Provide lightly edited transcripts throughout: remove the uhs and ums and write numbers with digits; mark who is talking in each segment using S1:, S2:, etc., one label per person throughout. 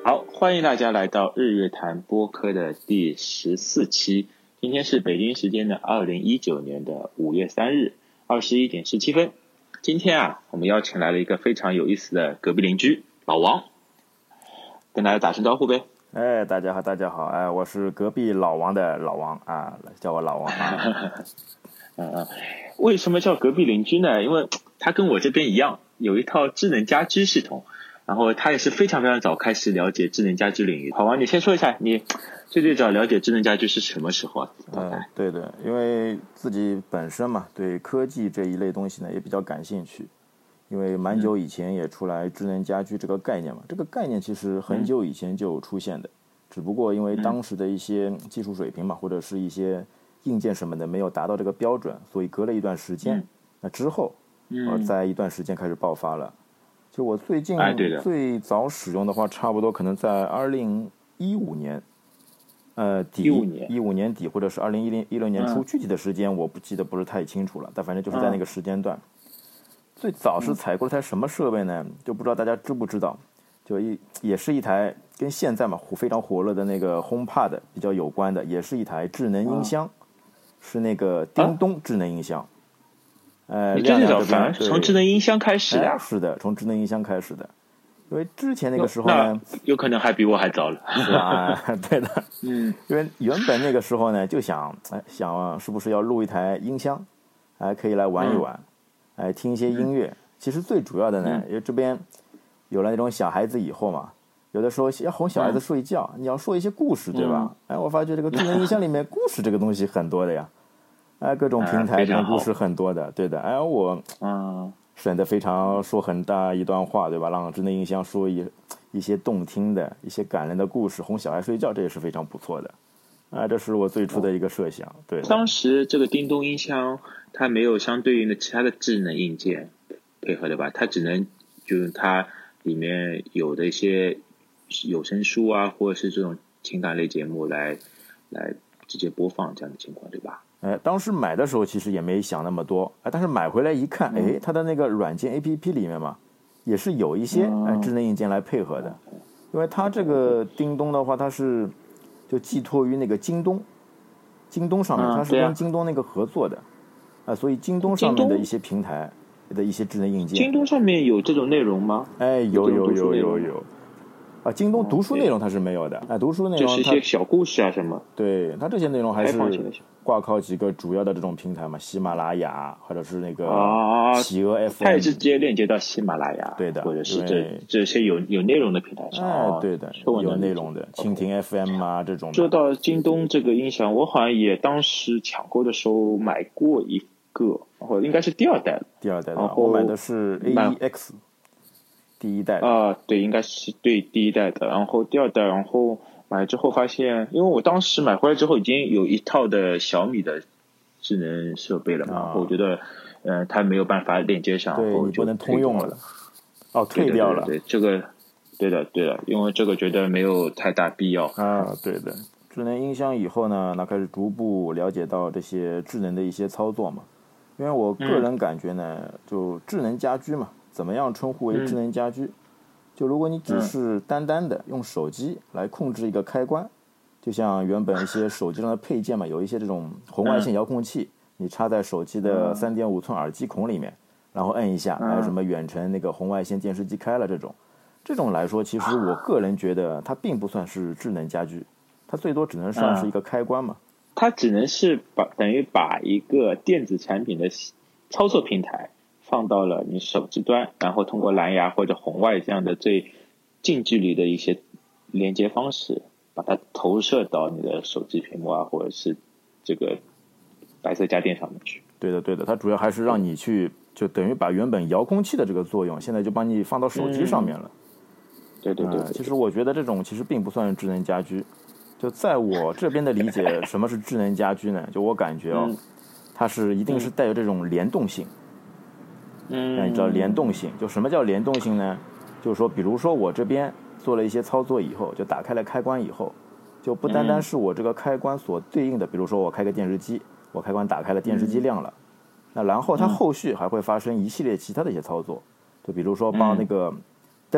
S1: 好，欢迎大家来到日月潭播客的第14期。今天是北京时间的2019年的5月3日21点17分。今天我们邀请来了一个非常有意思的隔壁邻居老王，跟大家打声招呼呗。
S2: 大家好，大家好，我是隔壁老王的老王啊，叫我老王啊。
S1: 为什么叫隔壁邻居呢？因为他跟我这边一样，有一套智能家居系统。然后他也是非常非常早开始了解智能家居领域。好啊，你先说一下，你最早了解智能家居是什么时候啊？
S2: 对的，因为自己本身嘛，对科技这一类东西呢也比较感兴趣。因为蛮久以前也出来智能家居这个概念嘛，这个概念其实很久以前就出现的，只不过因为当时的一些技术水平嘛，或者是一些硬件什么的没有达到这个标准，所以隔了一段时间，那之后，在一段时间开始爆发了。就我最近最早使用的话，差不多可能在2015年，15年底或者是2016年初，具体的时间我不记得不是太清楚了，但反正就是在那个时间段。最早是采购了台什么设备呢？就不知道大家知不知道，也是一台跟现在嘛非常火热的那个 HomePod 比较有关的，也是一台智能音箱，是那个叮咚智能音箱。
S1: 你最早反而从智能音箱开始的？
S2: 是的，从智能音箱开始的。因为之前那个时候呢，
S1: 有可能还比我还早了。
S2: 是吧？对的。因为原本那个时候呢，就想是不是要录一台音箱，可以来玩一玩，听一些音乐。其实最主要的呢，因为这边有了那种小孩子以后嘛，有的时候要哄小孩子睡觉，你要说一些故事，对吧？我发觉这个智能音箱里面故事这个东西很多的呀。各种平台这种故事很多的，对的。我省得非常说很大一段话，对吧？让智能音箱说一些动听的、一些感人的故事，哄小孩睡觉，这也是非常不错的。这是我最初的一个设想。对的。
S1: 当时这个叮咚音箱它没有相对应的其他的智能硬件配合的吧？它只能就是它里面有的一些有声书啊，或者是这种情感类节目来直接播放这样的情况，对吧？
S2: 当时买的时候其实也没想那么多，但是买回来一看，它的那个软件 APP 里面嘛，也是有一些智能硬件来配合的，因为它这个叮咚的话，它是就寄托于那个京东上面，它是跟京东那个合作的，所以京东上面的一些平台的一些智能硬件，
S1: 京东上面有这种内容吗？
S2: 有。京东读书内容它是没有的，读书内容
S1: 就是一些小故事啊什么。
S2: 对，它这些内容还是挂靠几个主要的这种平台嘛，喜马拉雅或者是那个企鹅 FM，
S1: 它也是直接链接到喜马拉雅，
S2: 对的，
S1: 或者是这些有内容的平台上。
S2: 对的，有内容的，蜻蜓 FM 啊这种。
S1: 说到京东这个音响，我好像也当时抢购的时候买过一个，然后应该是第二代
S2: 的，我买的是 AEX。第一代
S1: 对，应该是对第一代的，然后第二代，然后买之后发现，因为我当时买回来之后已经有一套的小米的智能设备了嘛，我觉得它没有办法连接上，
S2: 对，你不能通用了，退掉了，
S1: 对，这个对的，因为这个觉得没有太大必要
S2: 对的。智能音箱以后呢，那开始逐步了解到这些智能的一些操作嘛，因为我个人感觉呢，就智能家居嘛。怎么样称呼为智能家居？就如果你只是单单的用手机来控制一个开关，就像原本一些手机上的配件嘛，有一些这种红外线遥控器，你插在手机的3.5寸耳机孔里面，然后摁一下，还有什么远程那个红外线电视机开了这种来说，其实我个人觉得它并不算是智能家居，它最多只能算是一个开关嘛。
S1: 它只能是等于把一个电子产品的操作平台放到了你手机端，然后通过蓝牙或者红外这样的最近距离的一些连接方式，把它投射到你的手机屏幕啊，或者是这个白色家电上面去。
S2: 对的，它主要还是让你去，就等于把原本遥控器的这个作用，现在就帮你放到手机上面了。
S1: 对。
S2: 其实我觉得这种其实并不算是智能家居。就在我这边的理解，什么是智能家居呢？就我感觉它是一定是带有这种联动性。你知道联动性，就什么叫联动性呢？就是说，比如说我这边做了一些操作以后，就打开了开关以后，就不单单是我这个开关所对应的，比如说我开个电视机，我开关打开了，电视机亮了，那然后它后续还会发生一系列其他的一些操作，就比如说帮那个灯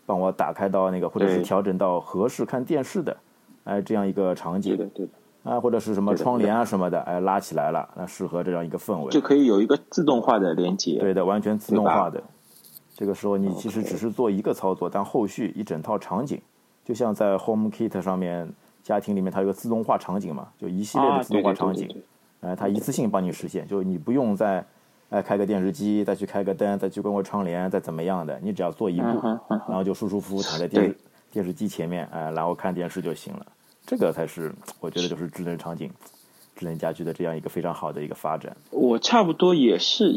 S2: 帮我打开到那个，或者是调整到合适看电视的，这样一个场景。
S1: 对的。
S2: 或者是什么窗帘啊什么的，拉起来了，那适合这样一个氛围，
S1: 就可以有一个自动化的连接。
S2: 对的，完全自动化的。这个时候你其实只是做一个操作，但后续一整套场景，就像在 HomeKit 上面，家庭里面它有个自动化场景嘛，就一系列的自动化场景，它一次性帮你实现，就你不用再开个电视机，再去开个灯，再去关个窗帘，再怎么样的，你只要做一步，然后就舒舒服服躺在电视机前面，然后看电视就行了。这个才是我觉得就是智能场景、智能家居的这样一个非常好的一个发展。
S1: 我差不多也是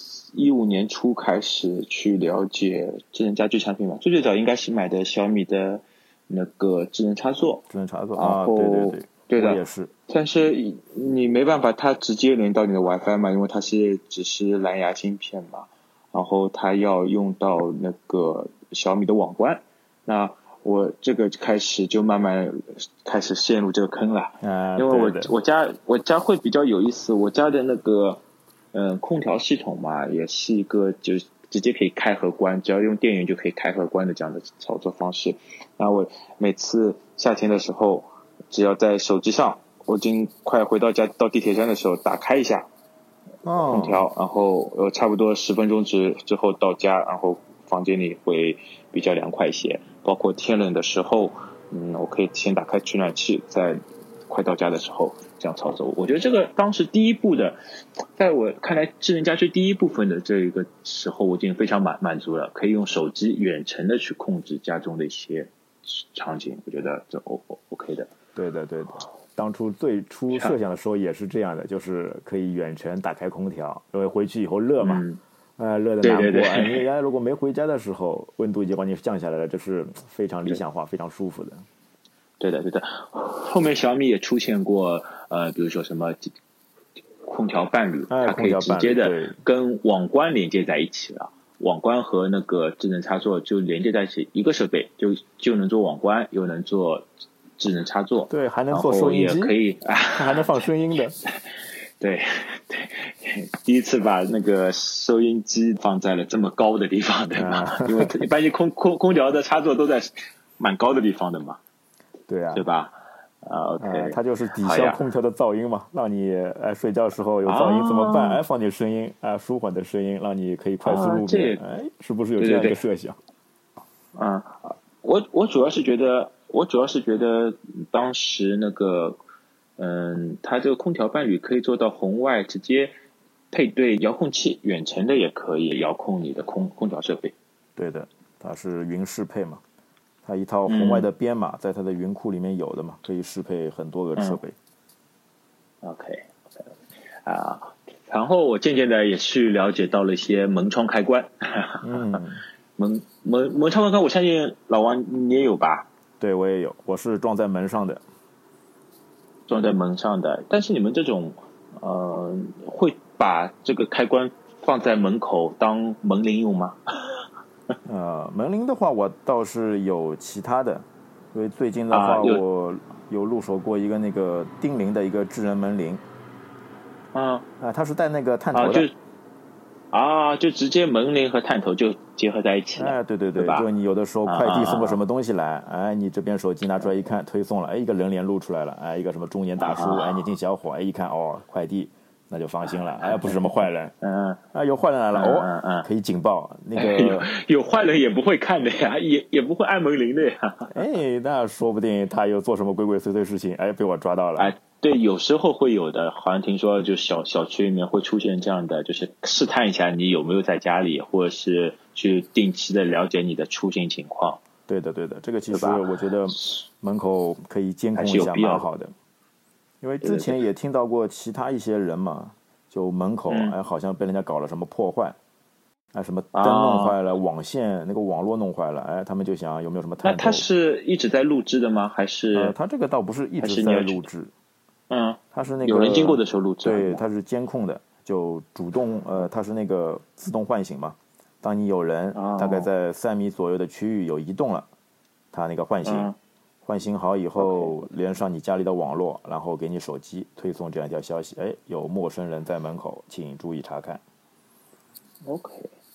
S1: 15年初开始去了解智能家居产品嘛，最早应该是买的小米的那个智能插座，
S2: 智能插座
S1: 然后
S2: 对的，
S1: 我
S2: 也是。
S1: 但是你没办法，它直接连到你的 WiFi 嘛，因为它只是蓝牙芯片嘛，然后它要用到那个小米的网关，那我这个开始就慢慢开始陷入这个坑了，因为我家会比较有意思，我家的那个空调系统嘛，也是一个就直接可以开和关，只要用电源就可以开和关的这样的操作方式。那我每次夏天的时候，只要在手机上，我已经快回到家到地铁站的时候，打开一下空调，然后差不多10分钟之后到家，然后房间里会比较凉快一些。包括天冷的时候，我可以先打开取暖器，在快到家的时候这样操作。我觉得这个当时第一步的，在我看来智能家居第一部分的这个时候，我已经非常满足了，可以用手机远程的去控制家中的一些场景，我觉得这 OK 的。
S2: 对的，当初最初设想的时候也是这样的，就是可以远程打开空调，因为回去以后热嘛，热的难过。你原来如果没回家的时候，温度已经把你降下来了，这是非常理想化、非常舒服的。
S1: 对的。后面小米也出现过，比如说什么空调伴侣，它可以直接的跟网关连接在一起了。网关和那个智能插座就连接在一起，一个设备就能做网关，又能做智能插座，
S2: 对，还能做收音机，
S1: 也可以
S2: 它还能放声音的。
S1: 对，第一次把那个收音机放在了这么高的地方，对吧？因为一般空调的插座都在蛮高的地方的嘛，
S2: 对啊，
S1: 对吧？OK，
S2: 它就是抵消空调的噪音嘛，让你睡觉时候有噪音怎么办？放点声音舒缓的声音，让你可以快速入眠。是不是有这样一个设想？
S1: 我主要是觉得当时那个它这个空调伴侣可以做到红外直接配对遥控器，远程的也可以遥控你的空调设备。
S2: 对的，它是云适配嘛，它一套红外的编码在它的云库里面有的嘛，可以适配很多个设备。
S1: OK， 然后我渐渐的也去了解到了一些门窗开关。门窗开关，我相信老王你也有吧？
S2: 对，我也有，我是装在门上的。
S1: 装在门上的，但是你们这种会把这个开关放在门口当门铃用吗？
S2: 门铃的话我倒是有其他的，因为最近的话我有入手过一个那个叮铃的一个智能门铃。它是带那个探头的。
S1: 就直接门铃和探头就结合在一起了。
S2: 对，就你有的时候快递送个什么东西来，你这边手机拿出来一看，推送了，一个人脸露出来了，一个什么中年大叔，年轻小伙，一看快递，那就放心了，不是什么坏人。有坏人来了，可以警报。那个
S1: 有坏人也不会看的呀，也不会按门铃的呀。
S2: 那说不定他又做什么鬼鬼祟祟事情，被我抓到了。
S1: 对，有时候会有的，好像听说就小区里面会出现这样的，就是试探一下你有没有在家里，或者是去定期的了解你的出行情况。
S2: 对的，这个其实我觉得门口可以监控一下蛮好的，因为之前也听到过其他一些人嘛，就门口好像被人家搞了什么破坏，什么灯弄坏了，网线那个网络弄坏了，他们就想有没有什么探头。
S1: 那他是一直在录制的吗？还是
S2: 他这个倒不是一直在录制。它是那个
S1: 有人经过的时候录制。
S2: 对，它是监控的，就主动它是那个自动唤醒嘛。当你有人大概在3米左右的区域有移动了，它那个唤醒好以后，连上你家里的网络，然后给你手机推送这样一条消息：有陌生人在门口，请注意查看。
S1: OK，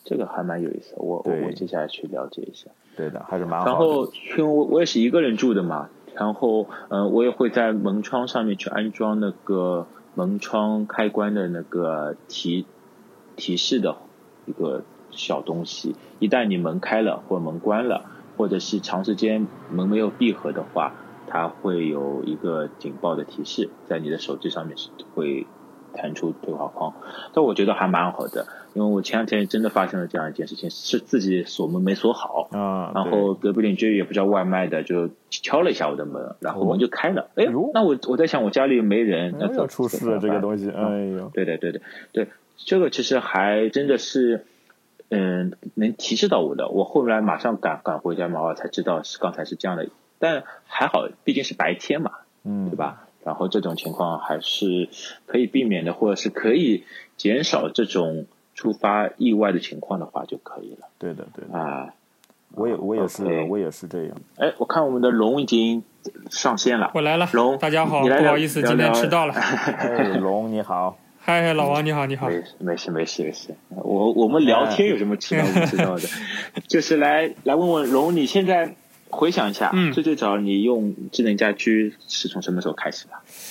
S1: 这个还蛮有意思，我接下来去了解一下。
S2: 对的，还是蛮好的。
S1: 然后因为我也是一个人住的嘛，然后我也会在门窗上面去安装那个门窗开关的那个提示的一个小东西，一旦你门开了或者门关了，或者是长时间门没有闭合的话，它会有一个警报的提示，在你的手机上面是会弹出对话框。但我觉得还蛮好的，因为我前两天真的发生了这样一件事情，是自己锁门没锁好，然后隔壁邻居也不知道外卖的，就敲了一下我的门，然后门就开了。哎，那我在想我家里没人，那
S2: 要出事了这个东西。哎呦，
S1: 对，这个其实还真的是能提示到我的，我后来马上赶回家嘛，我才知道刚才是这样的，但还好毕竟是白天嘛，对吧？然后这种情况还是可以避免的，或者是可以减少这种触发意外的情况的话就可以了。
S2: 对的
S1: 啊，
S2: 我也是这样。
S1: 哎，我看我们的龙已经上线了，
S3: 我来了，
S1: 龙
S3: 大家好，不好意思今天迟到了。
S2: 龙你好。
S3: 嗨，老王你好，你好。
S1: 没事。我们聊天有什么迟到不迟到的？就是来问问龙，你现在回想一下，最早你用智能家居是从什么时候开始的？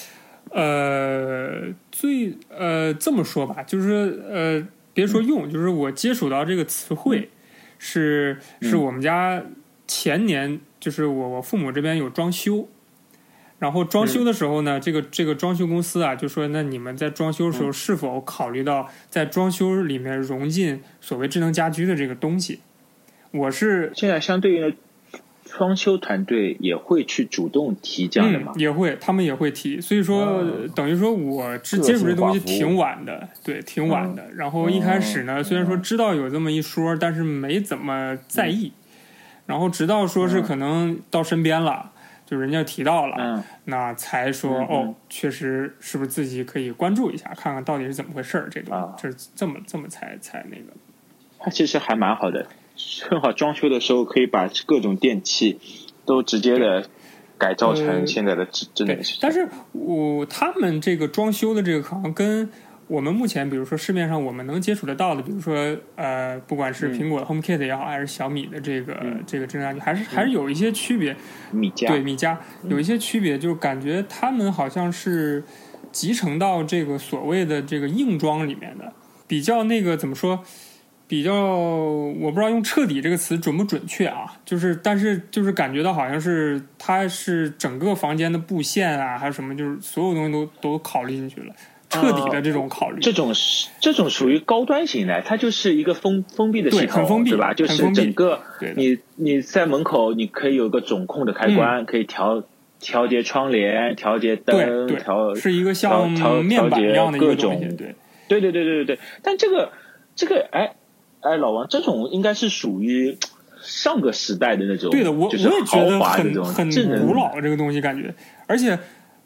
S3: 这么说吧，就是别说用，就是我接触到这个词汇，是我们家前年，就是我父母这边有装修。然后装修的时候呢，这个装修公司啊，就说那你们在装修的时候是否考虑到在装修里面融进所谓智能家居的这个东西？我是
S1: 现在相对应的装修团队也会去主动提这样的吗？
S3: 也会，他们也会提。所以说，等于说我接触这东西挺晚的，对，挺晚的。然后一开始呢，虽然说知道有这么一说，但是没怎么在意。然后直到说是可能到身边了。就人家提到了，那才说确实是不是自己可以关注一下，看看到底是怎么回事这种，就是这么才那个。
S1: 它其实还蛮好的，正好装修的时候可以把各种电器都直接的改造成现在的智能系统。
S3: 但是他们这个装修的这个可能跟我们目前比如说市面上我们能接触得到的，比如说不管是苹果的 HomeKit 也好，还是小米的这个智能家居，还是有一些区别。米家有一些区别，就是感觉他们好像是集成到这个所谓的这个硬装里面的，比较那个怎么说？比较我不知道用彻底这个词准不准确啊，但是就是感觉到好像是它是整个房间的布线啊，还有什么，就是所有东西都考虑进去了。彻底的这种考虑，
S1: 这种属于高端型的，它就是一个封闭的系统，
S3: 很封闭，
S1: 对吧？就是整个你在门口，你可以有个总控的开关，可以调节窗帘、调节灯、
S3: 是一个像面板一样的一个东西，
S1: 对。但这个，哎，老王，这种应该是属于上个时代的那种，
S3: 对的，我也觉得很古老这个东西感觉，而且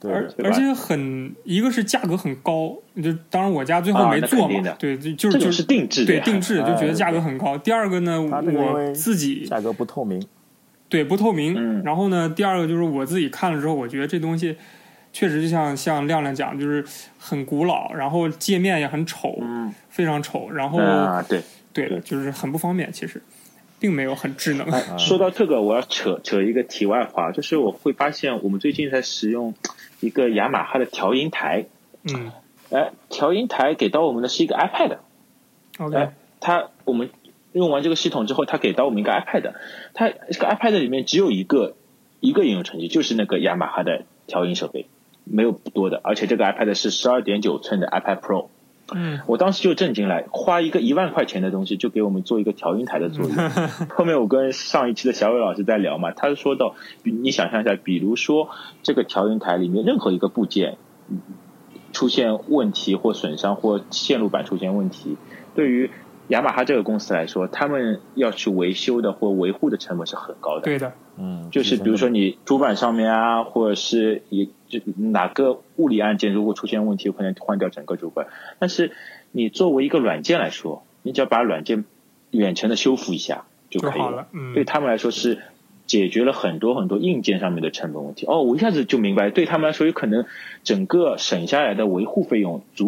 S3: 一个是价格很高，就当然我家最后没做嘛，对，就是
S1: 定制的，
S3: 对，定制就觉得价格很高。第二个呢，我自己
S2: 价格不透明，
S3: 对，不透明。然后呢，第二个就是我自己看了之后，我觉得这东西确实就像亮亮讲，就是很古老，然后界面也很丑，非常丑，然后对，就是很不方便，其实。并没有很智能。
S1: 说到这个，我要扯一个题外话，就是我会发现我们最近在使用一个雅马哈的调音台，调音台给到我们的是一个 iPad， 我们用完这个系统之后，它给到我们一个 iPad， 它这个 iPad 里面只有一个应用程序，就是那个雅马哈的调音设备，没有多的，而且这个 iPad 是12.9寸的 iPad Pro。我当时就震惊了，花一个1万块钱的东西就给我们做一个调音台的作用。后面我跟上一期的小伟老师在聊嘛，他说到，你想象一下，比如说这个调音台里面任何一个部件出现问题或损伤或线路板出现问题，对于雅马哈这个公司来说，他们要去维修的或维护的成本是很高的。
S3: 对的，
S1: 就是比如说你主板上面啊，或者是哪个物理按键如果出现问题，有可能换掉整个主板。但是你作为一个软件来说，你只要把软件远程的修复一下就可以了。对他们来说是解决了很多很多硬件上面的成本问题。我一下子就明白，对他们来说有可能整个省下来的维护费用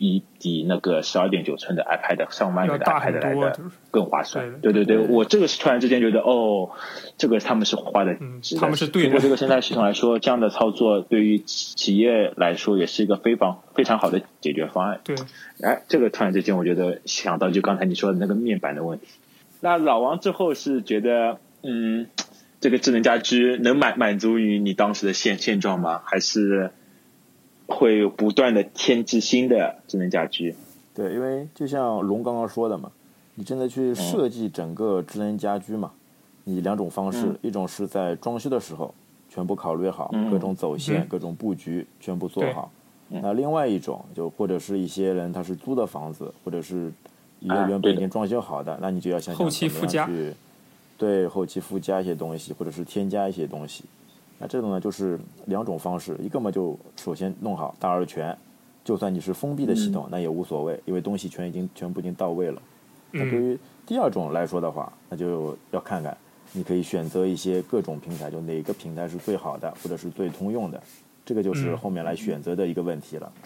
S1: 比那个12.9寸的 iPad 上万元的 iPad 来的更划算。对，我这个是突然之间觉得这个他们是花的值的，
S3: 他们是对的。
S1: 通过这个生态系统来说，这样的操作对于企业来说也是一个非常好的解决方案。
S3: 对，
S1: 这个突然之间我觉得想到就刚才你说的那个面板的问题。那老王之后是觉得这个智能家居能满足于你当时的现状吗？还是会不断的添置新的智能家居？
S2: 对，因为就像龙刚刚说的嘛，你真的去设计整个智能家居嘛，你两种方式，一种是在装修的时候全部考虑好，各种走线、各种布局全部做好。那另外一种就或者是一些人他是租的房子，或者是原本已经装修好的，那你就要想想
S3: 后期附加
S2: 去对后期附加一些东西，或者是添加一些东西。那这种呢就是两种方式，一个嘛就首先弄好大而全，就算你是封闭的系统那也无所谓，因为东西全部已经到位了。那对于第二种来说的话，那就要看看你可以选择一些各种平台，就哪个平台是最好的或者是最通用的，这个就是后面来选择的一个问题了。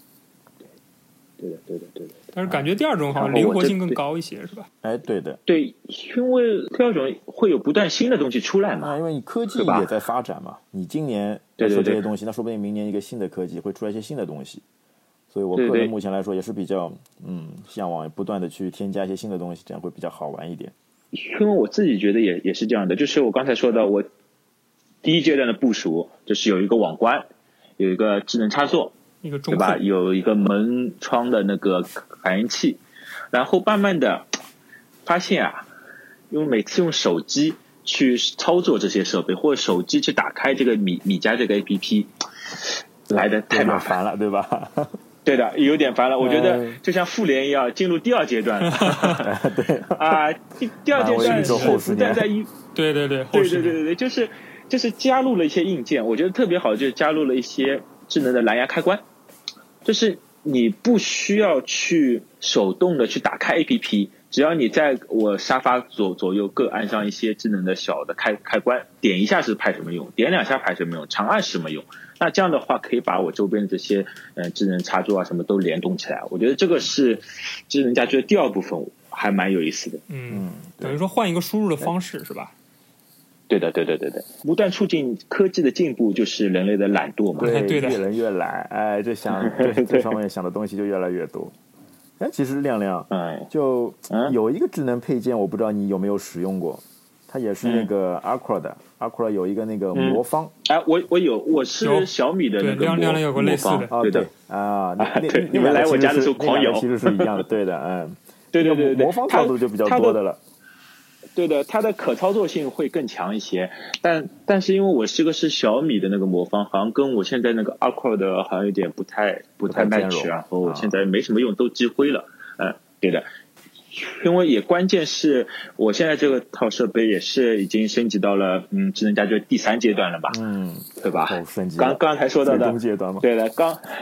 S1: 对的。
S3: 但是感觉第二种好像灵活性更高一些，是吧？
S2: 对的。
S1: 对，因为第二种会有不断新的东西出来嘛。
S2: 因为你科技也在发展嘛，你今年说这些东西，那说不定明年一个新的科技会出来一些新的东西。所以我个人目前来说也是比较向往不断的去添加一些新的东西，这样会比较好玩一点。
S1: 因为我自己觉得也是这样的，就是我刚才说的，我第一阶段的部署就是有一个网关，有一个智能插座，对吧？有一个门窗的那个感应器，然后慢慢的发现因为每次用手机去操作这些设备，或者手机去打开这个米家这个 APP， 来的太麻
S2: 烦了，对吧？
S1: 对的，有点烦了。我觉得就像复联一样，进入第二阶段了。
S2: 对
S1: 第二阶段是不断在
S3: 对，
S1: 就是加入了一些硬件，我觉得特别好，就是加入了一些智能的蓝牙开关，就是你不需要去手动的去打开 APP， 只要你在我沙发左右各按上一些智能的小的开关，点一下是派什么用，点两下派什么用，长按什么用。那这样的话可以把我周边的这些智能插座什么都联动起来，我觉得这个是智能家居的第二部分，还蛮有意思的。
S3: 等于说换一个输入的方式是吧？
S1: 对的，不断促进科技的进步就是人类的懒惰嘛。
S2: 对的，越来越懒，这上面想的东西就越来越多。其实亮亮，就有一个智能配件，我不知道你有没有使用过，它也是那个 Aqua 的，Aqua 有一个那个魔方。
S1: 我有，我是小米的那个
S3: 亮亮有个类似的。
S1: 对
S2: 你
S1: 们来我家的时候狂摇，
S2: 其实是一样的，对的，
S1: 对，
S2: 魔方套路就比较多的了。
S1: 对的，它的可操作性会更强一些，但是因为我这个是小米的那个魔方，好像跟我现在那个 Aqua 的好像有点不太 match， 然后现在没什么用，都积灰了。对的，因为也关键是我现在这个套设备也是已经升级到了智能家居第3阶段了吧？对吧？刚才说到的
S2: 阶段吗？
S1: 对的，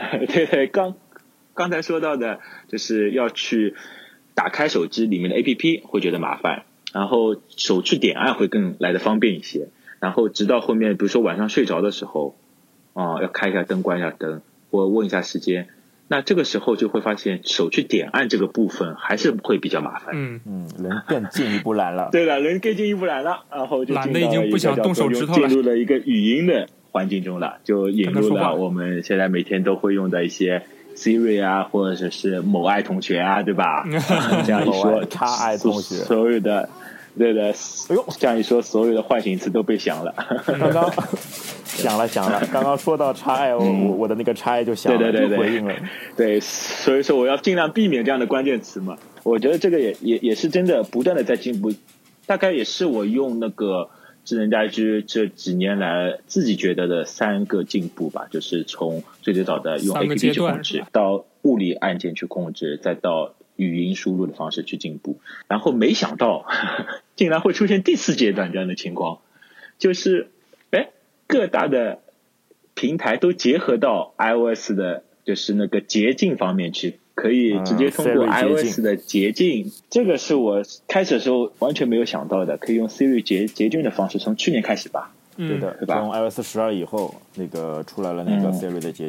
S1: 刚才说到的就是要去打开手机里面的 APP 会觉得麻烦。然后手去点按会更来的方便一些，然后直到后面比如说晚上睡着的时候要开一下灯关一下灯或问一下时间，那这个时候就会发现手去点按这个部分还是会比较麻烦。
S2: 人更进一步懒了。
S1: 对了，人更进一步懒了，然后就
S3: 懒得已经不想动手指头了，
S1: 进入了一个语音的环境中了，就引入了我们现在每天都会用的一些Siri 或者是某爱同学对吧？这样一说，
S2: 差爱同学，
S1: 所有的对的，这样一说，所有的唤醒词都被响了。
S2: 刚刚响了，刚刚说到差爱，我的那个差爱就响了，
S1: 对，
S2: 就回应了。
S1: 对，所以说我要尽量避免这样的关键词嘛。我觉得这个也是真的不断的在进步，大概也是我用那个智能家居这几年来自己觉得的3个进步吧，就是从最早的用 APP 去控制，到物理按键去控制，再到语音输入的方式去进步，然后没想到竟然会出现第4阶段这样的情况，就是各大的平台都结合到 iOS 的就是那个捷径方面去，可以直接通过 iOS 的捷径，这个是我开始的时候完全没有想到的，可以用 Siri 捷径的方式，从去年开始吧。
S2: 对的，
S1: 对吧？
S2: 从 iOS 12以后，那个出来了那个 Siri 的捷径。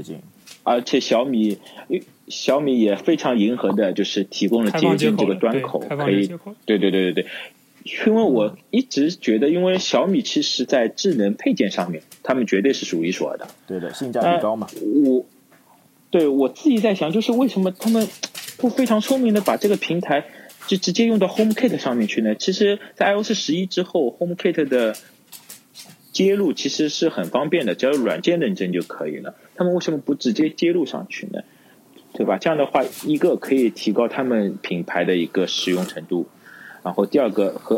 S1: 而且小米也非常迎合的，就是提供了捷径这个端口，可以，对。因为我一直觉得，因为小米其实在智能配件上面，他们绝对是数一数二的。
S2: 对的，性价比高嘛。
S1: 我自己在想，就是为什么他们不非常聪明的把这个平台就直接用到 HomeKit 上面去呢？其实，在 iOS 11之后 ，HomeKit 的接入其实是很方便的，只要有软件认证就可以了。他们为什么不直接接入上去呢？对吧？这样的话，一个可以提高他们品牌的一个使用程度。然后第二个，和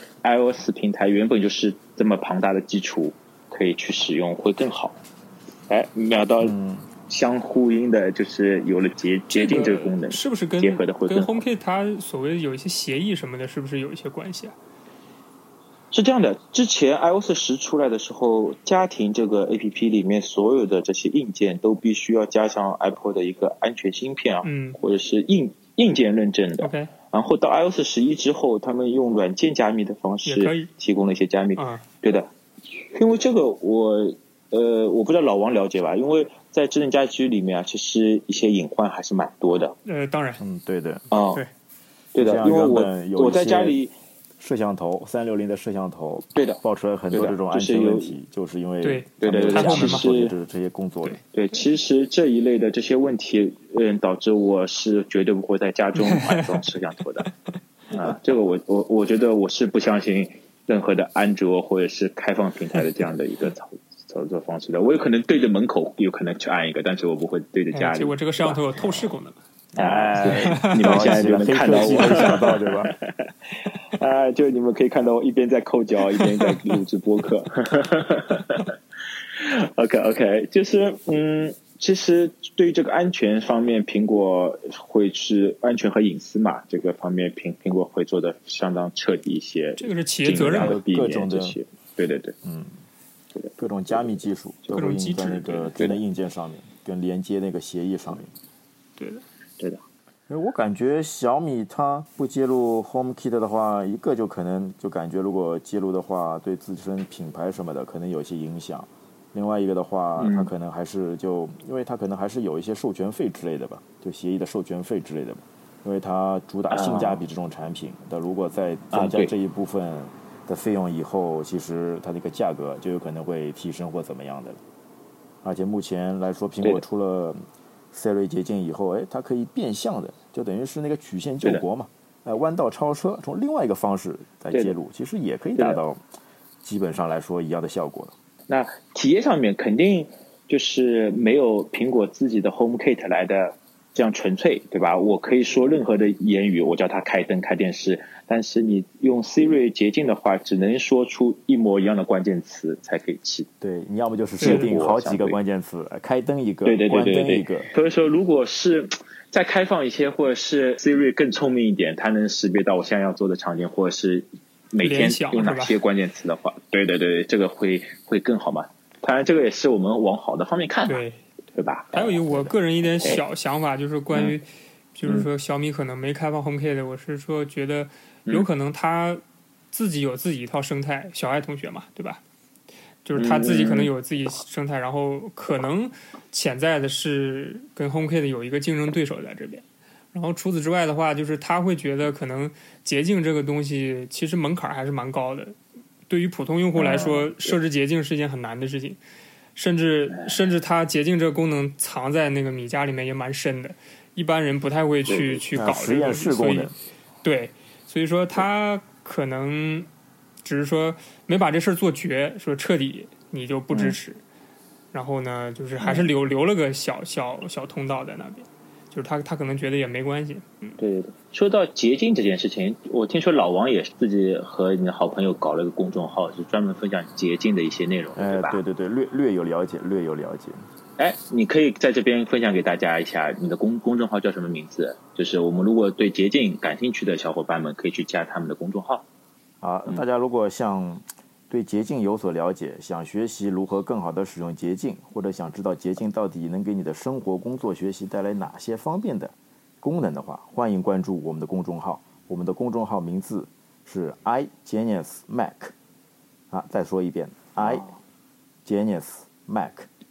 S1: iOS 平台原本就是这么庞大的基础，可以去使用会更好。秒到相呼应的，就是有了捷径这个功能，
S3: 是不是
S1: 结合的会更好。
S3: 跟 HomeKit 它所谓有一些协议什么的，是不是有一些关系啊？
S1: 是这样的，之前 iOS 10出来的时候，家庭这个 APP 里面所有的这些硬件都必须要加上 Apple 的一个安全芯片或者是硬件认证的。
S3: Okay.
S1: 然后到 iOS 11之后，他们用软件加密的方式提供了一些加密。对的，因为这个我不知道老王了解吧？因为在智能家居里面其实一些隐患还是蛮多的。
S3: 当然，
S2: 对的。
S1: 对的，因为我在家里。
S2: 摄像头360的摄像头，
S1: 对的，
S2: 爆出来很多这种安全问题，就是因为
S1: 对，
S2: 其实这些工作的。
S1: 对，其实这一类的这些问题，导致我是绝对不会在家中安装摄像头的。这个我觉得我是不相信任何的安卓或者是开放平台的这样的一个操作方式的。我有可能对着门口有可能去按一个，但是我不会对着家里。
S3: 结果这个摄像头有透视功能。
S1: 你们现在就能看到我
S2: 想到对吧？
S1: 就你们可以看到我一边在抠脚一边在录制播客。OK， 就是其实对于这个安全方面，苹果会是安全和隐私嘛，这个方面苹果会做的相当彻底一些。
S3: 这个是企业责任，
S2: 各种的，
S1: 对，
S2: 各种加密技术，
S3: 各种机制，
S2: 在那个智能硬件上面，跟连接那个协议上面。
S1: 对的。
S2: 我感觉小米它不接入 HomeKit 的话，一个就可能就感觉如果接入的话，对自身品牌什么的可能有一些影响。另外一个的话，它可能还是因为它可能还是有一些授权费之类的吧，就协议的授权费之类的吧。因为它主打性价比这种产品，但如果再增加这一部分的费用以后，其实它那个价格就有可能会提升或怎么样的。而且目前来说，苹果出了Siri 捷径以后，它可以变相的，就等于是那个曲线救国嘛，弯道超车，从另外一个方式来介入，其实也可以达到基本上来说一样的效果的。
S1: 那体验上面肯定就是没有苹果自己的 HomeKit 来的这样纯粹，对吧？我可以说任何的言语，我叫它开灯、开电视，但是你用 Siri 捷径的话，只能说出一模一样的关键词才可以启。
S2: 对，你要么就是设定好几个关键词，开灯一个，
S1: 对，
S2: 关灯一个。
S1: 所以说，如果是再开放一些，或者是 Siri 更聪明一点，它能识别到我现在要做的场景，或者是每天用哪些关键词的话，对，这个会更好嘛。当然，这个也是我们往好的方面看嘛。对吧？
S3: 还有我个人一点小想法，就是关于，就是说小米可能没开放 HomeKit，我是说觉得有可能他自己有自己一套生态，小爱同学嘛，对吧？就是他自己可能有自己生态，然后可能潜在的是跟 HomeKit 有一个竞争对手在这边。然后除此之外的话，就是他会觉得可能捷径这个东西其实门槛还是蛮高的，对于普通用户来说，设置捷径是一件很难的事情。甚至它捷径这个功能藏在那个米家里面也蛮深的，一般人不太会去搞这个，所以所以说他可能只是说没把这事儿做绝，说彻底你就不支持，然后呢，就是还是留了个小通道在那边，就是他可能觉得也没关系。
S1: 对，说到捷径这件事情，我听说老王也自己和你的好朋友搞了个公众号，是专门分享捷径的一些内容，对吧？
S2: 对，略有了解。
S1: 你可以在这边分享给大家一下，你的公众号叫什么名字？就是我们如果对捷径感兴趣的小伙伴们，可以去加他们的公众号。
S2: 大家如果想对捷径有所了解，想学习如何更好的使用捷径，或者想知道捷径到底能给你的生活、工作、学习带来哪些方便的功能的话，欢迎关注我们的公众号。我们的公众号名字是 iGenius Mac。再说一遍 iGenius Mac。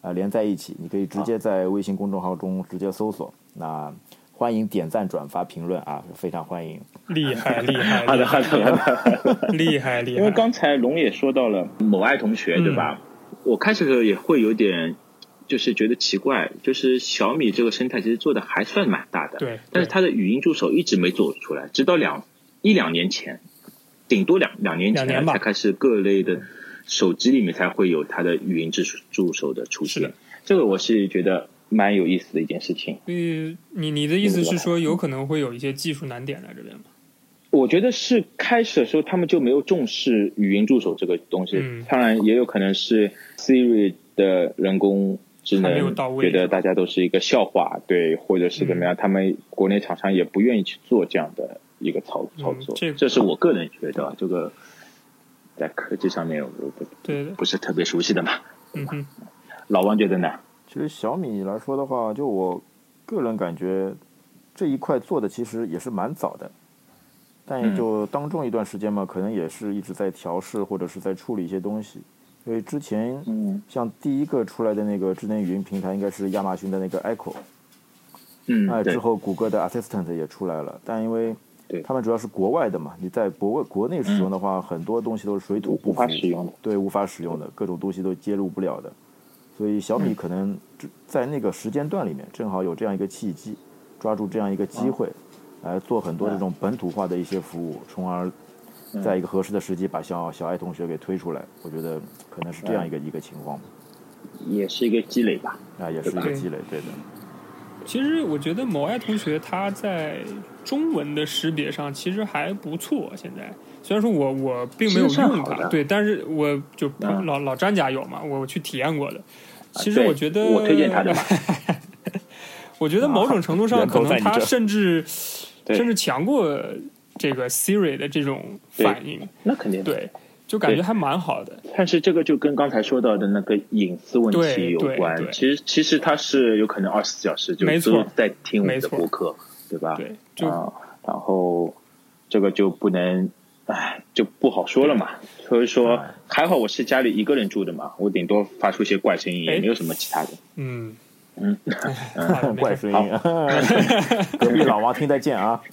S2: 连在一起，你可以直接在微信公众号中直接搜索。那欢迎点赞、转发、评论啊，非常欢迎。
S3: 厉害！
S1: 好的，
S3: 厉害！因
S1: 为刚才龙也说到了某爱同学，对吧？我开始的时候也会有点就是觉得奇怪，就是小米这个生态其实做的还算蛮大的，
S3: 对，
S1: 但是它的语音助手一直没做出来，直到一两年前，顶多两年前才开始各类的手机里面才会有它的语音助手的出现。这个我是觉得蛮有意思的一件事情。
S3: 你的意思是说有可能会有一些技术难点在这边吗？
S1: 我觉得是开始的时候他们就没有重视语音助手这个东西，当然也有可能是 Siri 的人工智能觉得大家都是一个笑话，对，或者是怎么样，他们国内厂商也不愿意去做这样的一个操作，这是我个人觉得这个在科技上面我不是特别熟悉的嘛。老王觉得呢？
S2: 其实小米来说的话，就我个人感觉这一块做的其实也是蛮早的，但也就当中一段时间嘛，可能也是一直在调试或者是在处理一些东西。因为之前像第一个出来的那个智能语音平台应该是亚马逊的那个 Echo， 之后谷歌的 Assistant 也出来了，但因为他们主要是国外的嘛，你在国内使用的话，很多东西都是水土不服，
S1: 无法使用的，
S2: 对，无法使用的，各种东西都接入不了的。所以小米可能在那个时间段里面正好有这样一个契机，抓住这样一个机会来做很多这种本土化的一些服务，从而在一个合适的时机把小爱同学给推出来。我觉得可能是这样一个情况，
S1: 也是一个积累吧。
S2: 也是一个积累，对的。
S3: 其实我觉得某爱同学他在中文的识别上其实还不错，现在虽然说我并没有用它，对，但是我就老詹家有嘛，我去体验过的。其实我觉得
S1: 我推荐他的嘛。
S3: 我觉得某种程度上可能他甚至强过这个 Siri 的这种反应，
S1: 那肯定
S3: 对，就感觉还蛮好的。
S1: 但是这个就跟刚才说到的那个隐私问题有关。其实它是有可能24小时就都在听我们的播客，对吧？
S3: 对，
S1: 然后这个就不能，就不好说了嘛。所以说还好我是家里一个人住的嘛，我顶多发出一些怪声音，也没有什么其他的。
S2: 怪声音，隔壁老王听得见啊。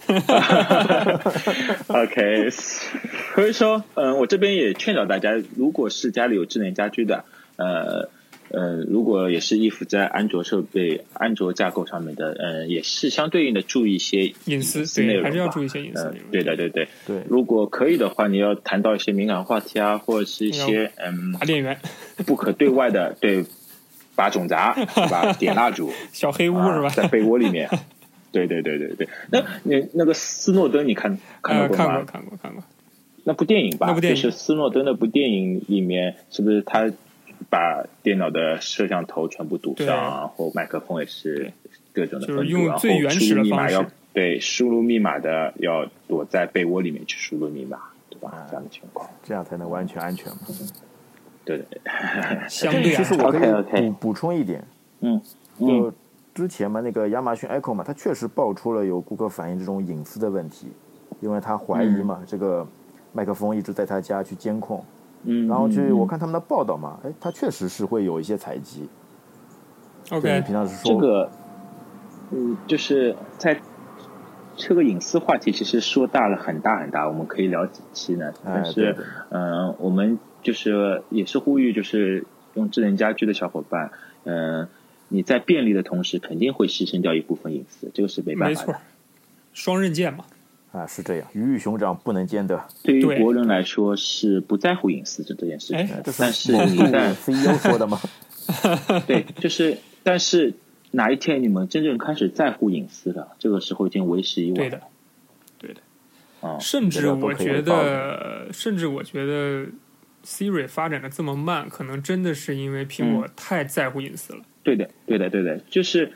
S1: OK， 所以说，我这边也劝导大家，如果是家里有智能家居的，如果也是依附在安卓设备、安卓架构上面的，也是相对应的注意一些
S3: 隐私
S1: 内容吧，
S3: 还是要注意一些隐私内容。
S1: 对。如果可以的话，你要谈到一些敏感话题啊，或者是一些
S3: 拔电源
S1: 不可对外的，对，拔种杂，对吧？点蜡烛，
S3: 小黑屋是吧？
S1: 在被窝里面。对。那个斯诺登你看过吗？
S3: 看过。
S1: 那部电影吧，就是斯诺登那部电影里面，是不是他把电脑的摄像头全部堵上，然后麦克风也是各种的分
S3: 就是用最原始的方式。
S1: 对，输入密码的要躲在被窝里面去输入密码，对吧？这样的情况，
S2: 这样才能完全安全嘛。
S1: 对。
S3: 相对
S2: 其实我可以补充一点，就之前嘛，那个亚马逊 Echo 嘛，它确实爆出了有顾客反映这种隐私的问题，因为他怀疑嘛，这个麦克风一直在他家去监控，然后我看他们的报道嘛，他确实是会有一些采集。
S3: OK，
S2: 平常是说
S1: 这个，就是在这个隐私话题，其实说大了很大，我们可以聊几期呢。但是，我们就是也是呼吁，就是用智能家居的小伙伴，你在便利的同时，肯定会牺牲掉一部分隐私，这个是没办法的。
S3: 没错，双刃剑嘛。
S2: 是这样，鱼与熊掌不能兼得。
S1: 对于国人来说是不在乎隐私这件事情，但是你在
S2: CEO 说的吗？
S1: 对，但是哪一天你们真正开始在乎隐私了，这个时候已经为时已晚。
S3: 对的。甚至我觉得 Siri 发展的这么慢，可能真的是因为苹果太在乎隐私了。
S1: 对的，就是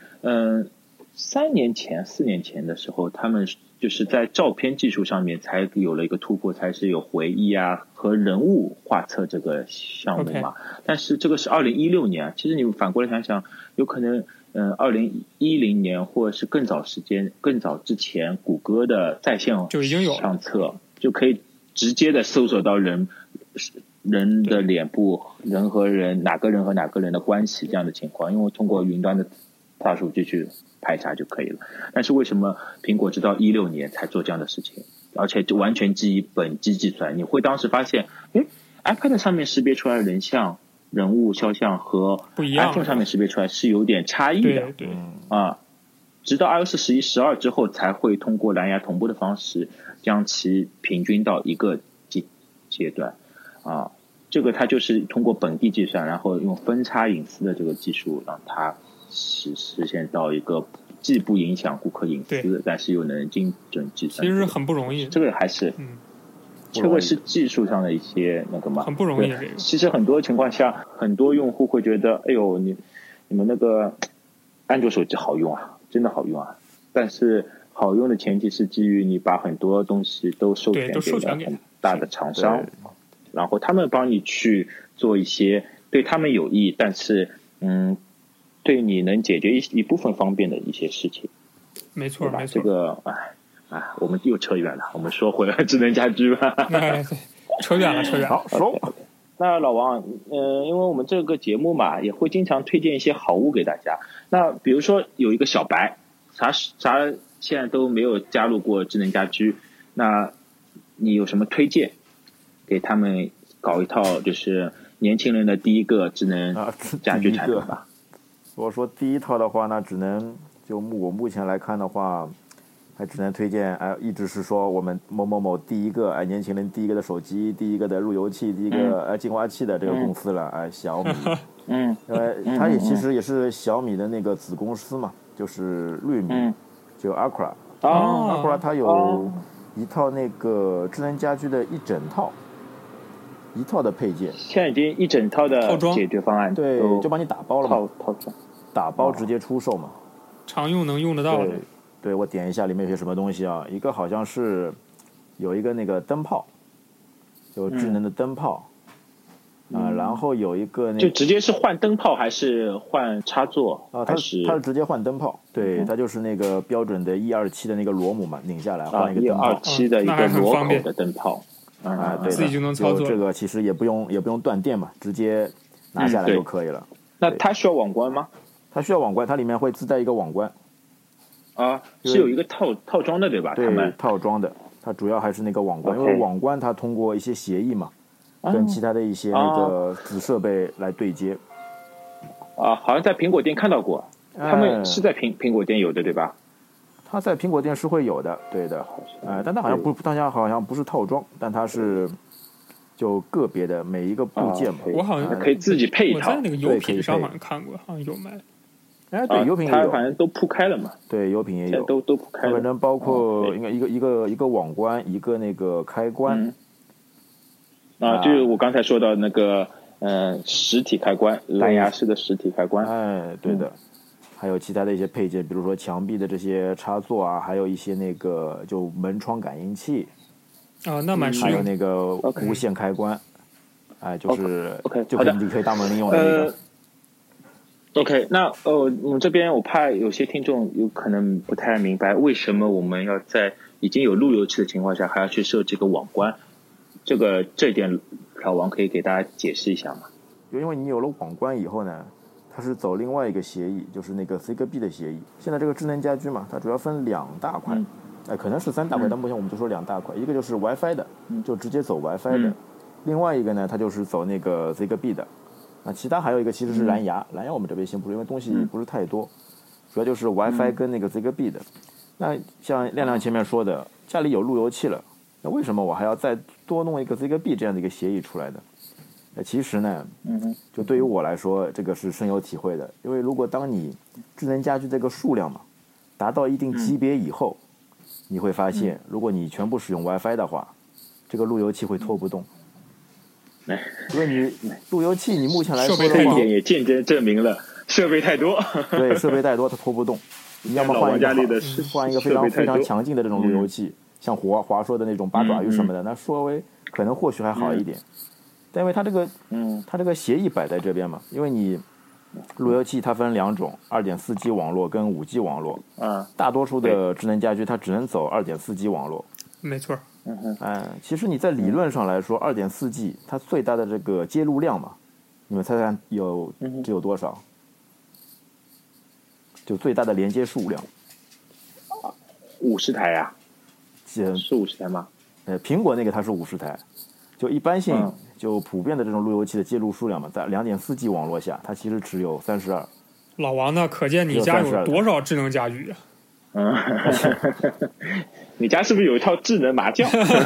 S1: 3年前、4年前的时候，他们就是在照片技术上面才有了一个突破，才是有回忆啊和人物画册这个项目嘛。但是这个是2016年啊，其实你们反过来想想，有可能2010年或者是更早之前，谷歌的在线
S3: 就已经有
S1: 相册就可以直接的搜索到人人的脸部，人和人哪个人和哪个人的关系这样的情况，因为通过云端的大数据去排查就可以了。但是为什么苹果直到16年才做这样的事情，而且就完全基于本机计算？你会当时发现iPad 上面识别出来的人像、人物肖像和 iPhone 上面识别出来是有点差异的。
S3: 对
S1: 直到 iOS 11、12之后才会通过蓝牙同步的方式将其平均到一个阶段。这个它就是通过本地计算，然后用分叉隐私的这个技术，让它实现到一个既不影响顾客隐私，但是又能精准计算。
S3: 其实很不容易，
S1: 这个还是这个是技术上的一些那个嘛，
S3: 很不容易。这个
S1: 其实很多情况下，很多用户会觉得，哎呦，你们那个安卓手机好用啊，真的好用啊。但是好用的前提是基于你把很多东西都授权给了很大的厂商，然后他们帮你去做一些对他们有益，但是对你能解决一部分方便的一些事情。
S3: 没错，没错。
S1: 这个我们又扯远了，我们说回了智能家居吧。
S3: 扯远了。
S2: 好，说。
S1: 那老王，因为我们这个节目嘛，也会经常推荐一些好物给大家。那比如说有一个小白，啥现在都没有加入过智能家居，那你有什么推荐给他们搞一套就是年轻人的第一个智能家居产品吧？
S2: 如果说第一套的话，那只能就我目前来看的话，还只能推荐一直是说我们某某某第一个年轻人第一个的手机，第一个的路由器，第一个净化器的这个公司了，小米。它也其实也是小米的那个子公司嘛，就是绿米，就 Acra。Acra 它有一套那个智能家居的一整套的配件，
S1: 现在已经一整套的解决方案，
S2: 对，就帮你打包了嘛，
S1: 套装，
S2: 打包直接出售嘛，
S3: 常用能用得到的。
S2: 对，我点一下里面有些什么东西啊？一个好像是有一个那个灯泡，有智能的灯泡，然后有一个
S1: 就直接是换灯泡还是换插座
S2: 它是直接换灯泡，对，它就是那个标准的127的那个螺母嘛，拧下来换一个灯泡
S1: ，127的一个螺口的灯泡，
S2: 对，
S3: 自己就能操作。
S2: 这个其实也不用断电嘛，直接拿下来就可以了。
S1: 那它需要网关吗？
S2: 它需要网关，它里面会自带一个网关。
S1: 是有一个套装的对吧？
S2: 对，套装的，它主要还是那个网关，因为网关它通过一些协议嘛，跟其他的一些那个子设备来对接。
S1: 好像在苹果店看到过，他们是在苹果店有的对吧？
S2: 它在苹果店是会有的，对的。但它好像不是套装，但它是就个别的每一个部件嘛。
S3: 我好像
S1: 可以自己配一套，
S3: 我在那个油品上好像看过，好像有卖。
S2: 对，油品也有，
S1: 它反正都铺开了嘛。
S2: 对，油品也有，
S1: 都铺开了。
S2: 反正包括应该一个网关，一个那个开关。
S1: 就是我刚才说到那个实体开关，蓝牙式的实体开关。
S2: 对的。还有其他的一些配件，比如说墙壁的这些插座啊，还有一些那个就门窗感应器。
S3: 那蛮实用。
S2: 还有那个无线开关，就是就可以大门铃用的那个。
S1: OK， 那我们这边我怕有些听众有可能不太明白，为什么我们要在已经有路由器的情况下还要去设这个网关？这一点老王可以给大家解释一下吗？
S2: 因为你有了网关以后呢，它是走另外一个协议，就是那个 Zigbee 的协议。现在这个智能家居嘛，它主要分2大块，可能是3大块，但目前我们就说2大块，一个就是 WiFi 的，就直接走 WiFi 的，另外一个呢，它就是走那个 Zigbee 的。其他还有一个其实是蓝牙，蓝牙我们这边先不说，因为东西不是太多，主要就是 WiFi 跟那个 Zigbee 的。那像亮亮前面说的，家里有路由器了，那为什么我还要再多弄一个 Zigbee 这样的一个协议出来的？其实呢，就对于我来说，这个是深有体会的，因为如果当你智能家居这个数量嘛达到一定级别以后，你会发现，如果你全部使用 WiFi 的话，这个路由器会拖不动。因为你路由器，你目前来说的话，
S1: 这一点也间接证明了设备太多。
S2: 对，设备太多，它拖不动。你要么换一个非常强劲的这种路由器，像华硕的那种八爪鱼什么的，那稍微可能或许还好一点。但因为它这个协议摆在这边嘛，因为你路由器它分2种，2.4G 网络跟5G 网络。大多数的智能家居它只能走2.4G 网络。
S3: 没错。
S2: 其实你在理论上来说，2.4G 它最大的这个接入量嘛，你们猜猜只有多少？就最大的连接数量
S1: ？50台呀？是50台吗？
S2: 苹果那个它是50台，就一般性就普遍的这种路由器的接入数量嘛，在2.4G 网络下，它其实只有32。
S3: 老王呢？可见你家有多少智能家居啊？
S1: 你家是不是有一套智能麻将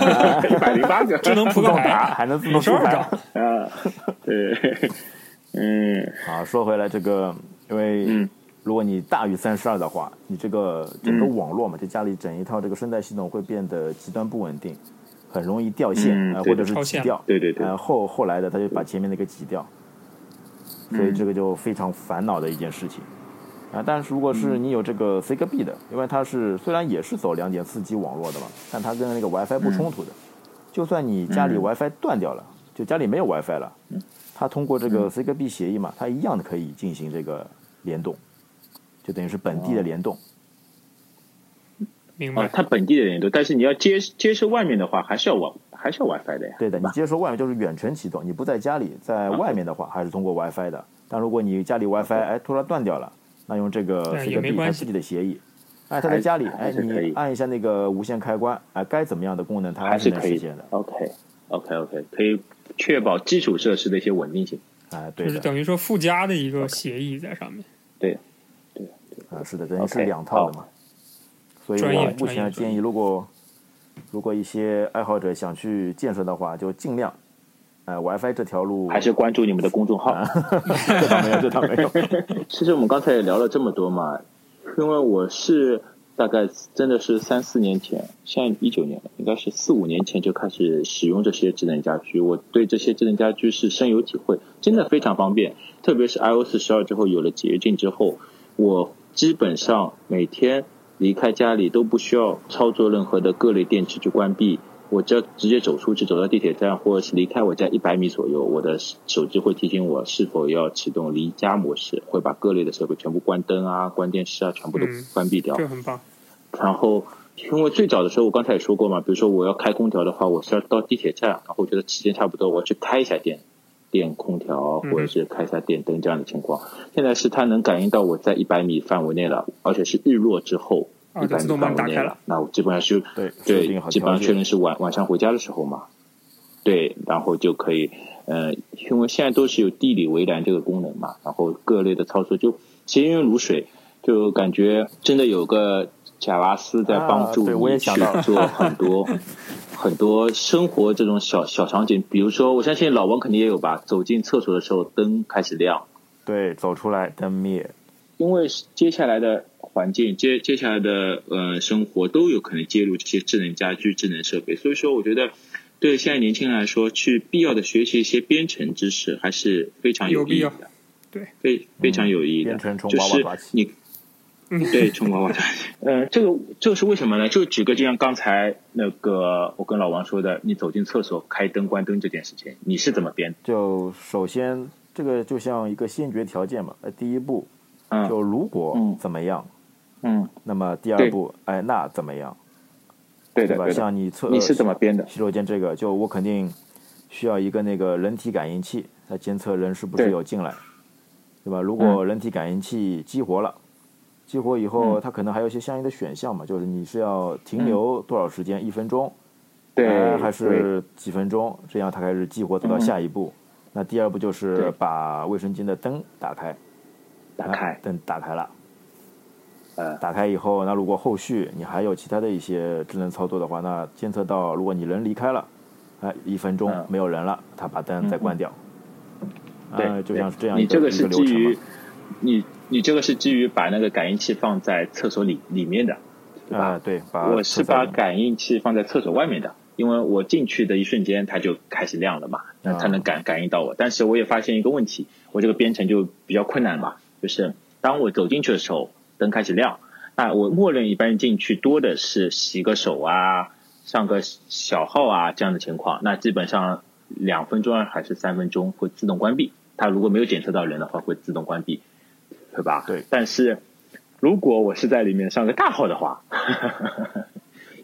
S1: ？108个
S3: 智能扑克牌，
S2: 还能自动出牌
S1: 啊？对，
S2: 好，说回来这个，因为如果你大于32的话，你这个整个网络嘛，就家里整一套这个生态系统会变得极端不稳定，很容易掉线或者是挤掉。
S1: 对。
S2: 后来的他就把前面那个挤掉，所以这个就非常烦恼的一件事情。但是如果是你有这个 Zigbee 的，因为它是虽然也是走2.4G 网络的嘛，但它跟那个 WiFi 不冲突的。就算你家里 WiFi 断掉了，就家里没有 WiFi 了，它通过这个 Zigbee 协议嘛，它一样的可以进行这个联动，就等于是本地的联动。
S3: 明白。
S1: 它本地的联动，但是你要接收外面的话，还是要 WiFi 的呀。
S2: 对的，你接收外面就是远程启动，你不在家里，在外面的话还是通过 WiFi 的。但如果你家里 WiFi 突然断掉了，那用这个 Zigbee 它自己的协议，他在家里，你按一下那个无线开关，该怎么样的功能它
S1: 还是
S2: 能实现的。
S1: OK，可以确保基础设施的一些稳定性。
S2: 对的，
S3: 就是等于说附加的一个协议在上面。
S1: 对。
S2: 是的，等于是2套的嘛。所以我目前建议，如果一些爱好者想去建设的话，就尽量。WiFi 这条路
S1: 还是关注你们的公众号。
S2: 这倒没有。
S1: 其实我们刚才也聊了这么多嘛，因为我是大概真的是3-4年前，现在19年了，应该是4-5年前就开始使用这些智能家居。我对这些智能家居是深有体会，真的非常方便。特别是 iOS 12之后有了捷径之后，我基本上每天离开家里都不需要操作任何的各类电池去关闭。我只要直接走出去，走到地铁站或者是离开我家100米左右，我的手机会提醒我是否要启动离家模式，会把各类的设备全部关灯啊、关电视啊，全部都关闭掉。
S3: 这很棒。
S1: 然后，因为最早的时候我刚才也说过嘛，比如说我要开空调的话，我是要到地铁站，然后我觉得时间差不多，我要去开一下电空调或者是开一下电灯这样的情况。现在是它能感应到我在100米范围内了，而且是日落之后。
S3: 自动帮你打开了，
S1: 那我基本上对，基本上确认是晚上回家的时候嘛，对，然后就可以，因为现在都是有地理围栏这个功能嘛，然后各类的操作就行云如水，就感觉真的有个贾拉斯在帮助你去做很多生活这种小场景，比如说我相信老王肯定也有吧，走进厕所的时候灯开始亮，
S2: 对，走出来灯灭，
S1: 因为接下来的环境接下来的生活都有可能接入这些智能家居、智能设备，所以说我觉得对现在年轻人来说，去必要的学习一些编程知识还是非常有意义的，
S3: 对，
S1: 非常有意义的，
S2: 编程
S1: 就是你对冲娃娃抓起，这个是为什么呢？就举个就像刚才那个我跟老王说的，你走进厕所开灯关灯这件事情，你是怎么编的？
S2: 就首先这个就像一个先决条件嘛，第一步就如果怎么样。那么第二步，那怎么样？
S1: 对的，
S2: 吧？像你
S1: 是怎么编的？
S2: 洗手间这个，就我肯定需要一个那个人体感应器来监测人是不是有进来，对吧？如果人体感应器激活了，激活以后，它可能还有一些相应的选项嘛，就是你是要停留多少时间，1分钟，
S1: 对，
S2: 还是几分钟？这样它开始激活走到下一步。那第二步就是把卫生间的灯打开，灯打开了。打开以后，那如果后续你还有其他的一些智能操作的话，那监测到如果你人离开了，1分钟没有人了，它把灯再关掉。
S1: 对，
S2: 就像是这样
S1: 一个流程嘛。你这个是基于把那个感应器放在厕所里面的，对吧？
S2: 对，
S1: 我是把感应器放在厕所外面的，因为我进去的一瞬间它就开始亮了嘛，那它能感应到我。但是我也发现一个问题，我这个编程就比较困难吧，就是当我走进去的时候。灯开始亮，那我默认一般进去多的是洗个手啊、上个小号啊这样的情况，那基本上2分钟还是3分钟会自动关闭。它如果没有检测到人的话，会自动关闭，对吧？
S2: 对。
S1: 但是如果我是在里面上个大号的话，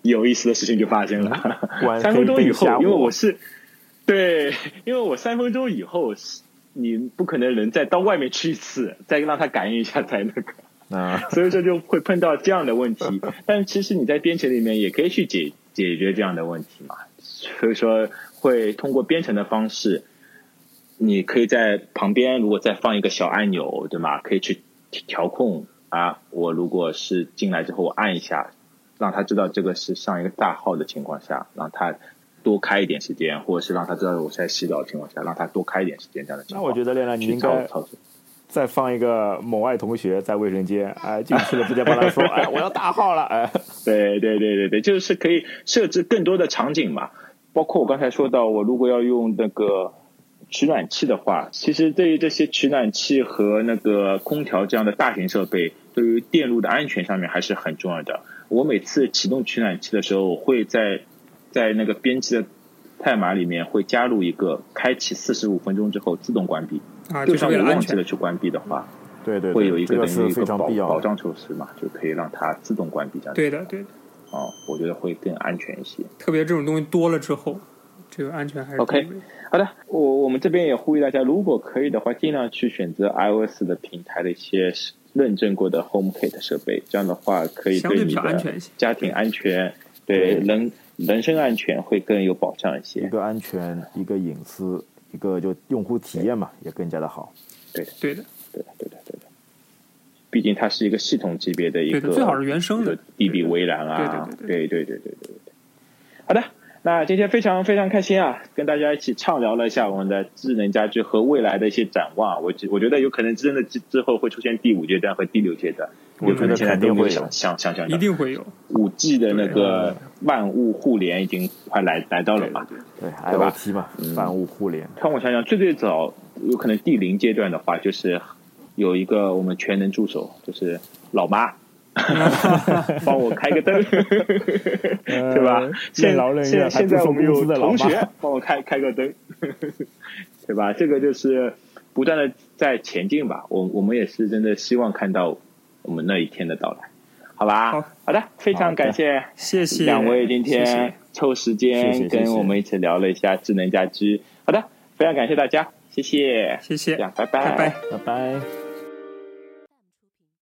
S1: 有意思的事情就发生了。3分钟以后，因为我3分钟以后，你不可能人再到外面去一次，再让他感应一下才那个。所以说就会碰到这样的问题。但其实你在编程里面也可以去解决这样的问题嘛。所以说会通过编程的方式，你可以在旁边如果再放一个小按钮，对吗？可以去调控啊。我如果是进来之后我按一下，让他知道这个是上一个大号的情况下，让他多开一点时间，或者是让他知道我在洗澡的情况下，让他多开一点时间这样的情况。
S2: 那我觉得练了你应该操作。再放一个某爱同学在卫生间，进去了直接帮他说，我要大号了，
S1: 对，就是可以设置更多的场景嘛。包括我刚才说到，我如果要用那个取暖器的话，其实对于这些取暖器和那个空调这样的大型设备，对于电路的安全上面还是很重要的。我每次启动取暖器的时候，我会在那个编辑的代码里面会加入一个开启45分钟之后自动关闭。就算我忘记了去关闭的话，
S2: 对，
S1: 会有一个
S2: 等于一个
S1: 保障措施嘛，就可以让它自动关闭这样。
S3: 对的。
S1: 我觉得会更安全一些。
S3: 特别这种东西多了之后，这个安全还是
S1: OK。好的，我们这边也呼吁大家，如果可以的话，尽量去选择 iOS 的平台的一些认证过的 HomeKit 设备，这样的话可以对你的家庭安全、对人身安全会更有保障一些。
S2: 一个安全，一个隐私，一个就用户体验嘛，也更加的好。
S3: 对的。
S1: 毕竟它是一个系统级别的一个，
S3: 最好是原生的
S1: DB 围栏啊。对。好的，那今天非常非常开心啊，跟大家一起畅聊了一下我们的智能家居和未来的一些展望。我觉得有可能真的之后会出现第5阶段和第6阶段，有可能现在都没有想象
S3: 一定会有
S1: 5G 的那个万物互联已经快来到了嘛。
S2: 对 IoT 嘛，万物互联。
S1: 看我想想，最早有可能第0阶段的话，就是有一个我们全能助手，就是老妈帮我开个灯对吧？现在我们有同学帮我开个灯对吧？这个就是不断的在前进吧。我们也是真的希望看到我们那一天的到来，好吧？好的，非常感谢两位今天抽时间跟我们一起聊了一下智能家居。好的，非常感谢大家，谢谢，
S3: 拜拜。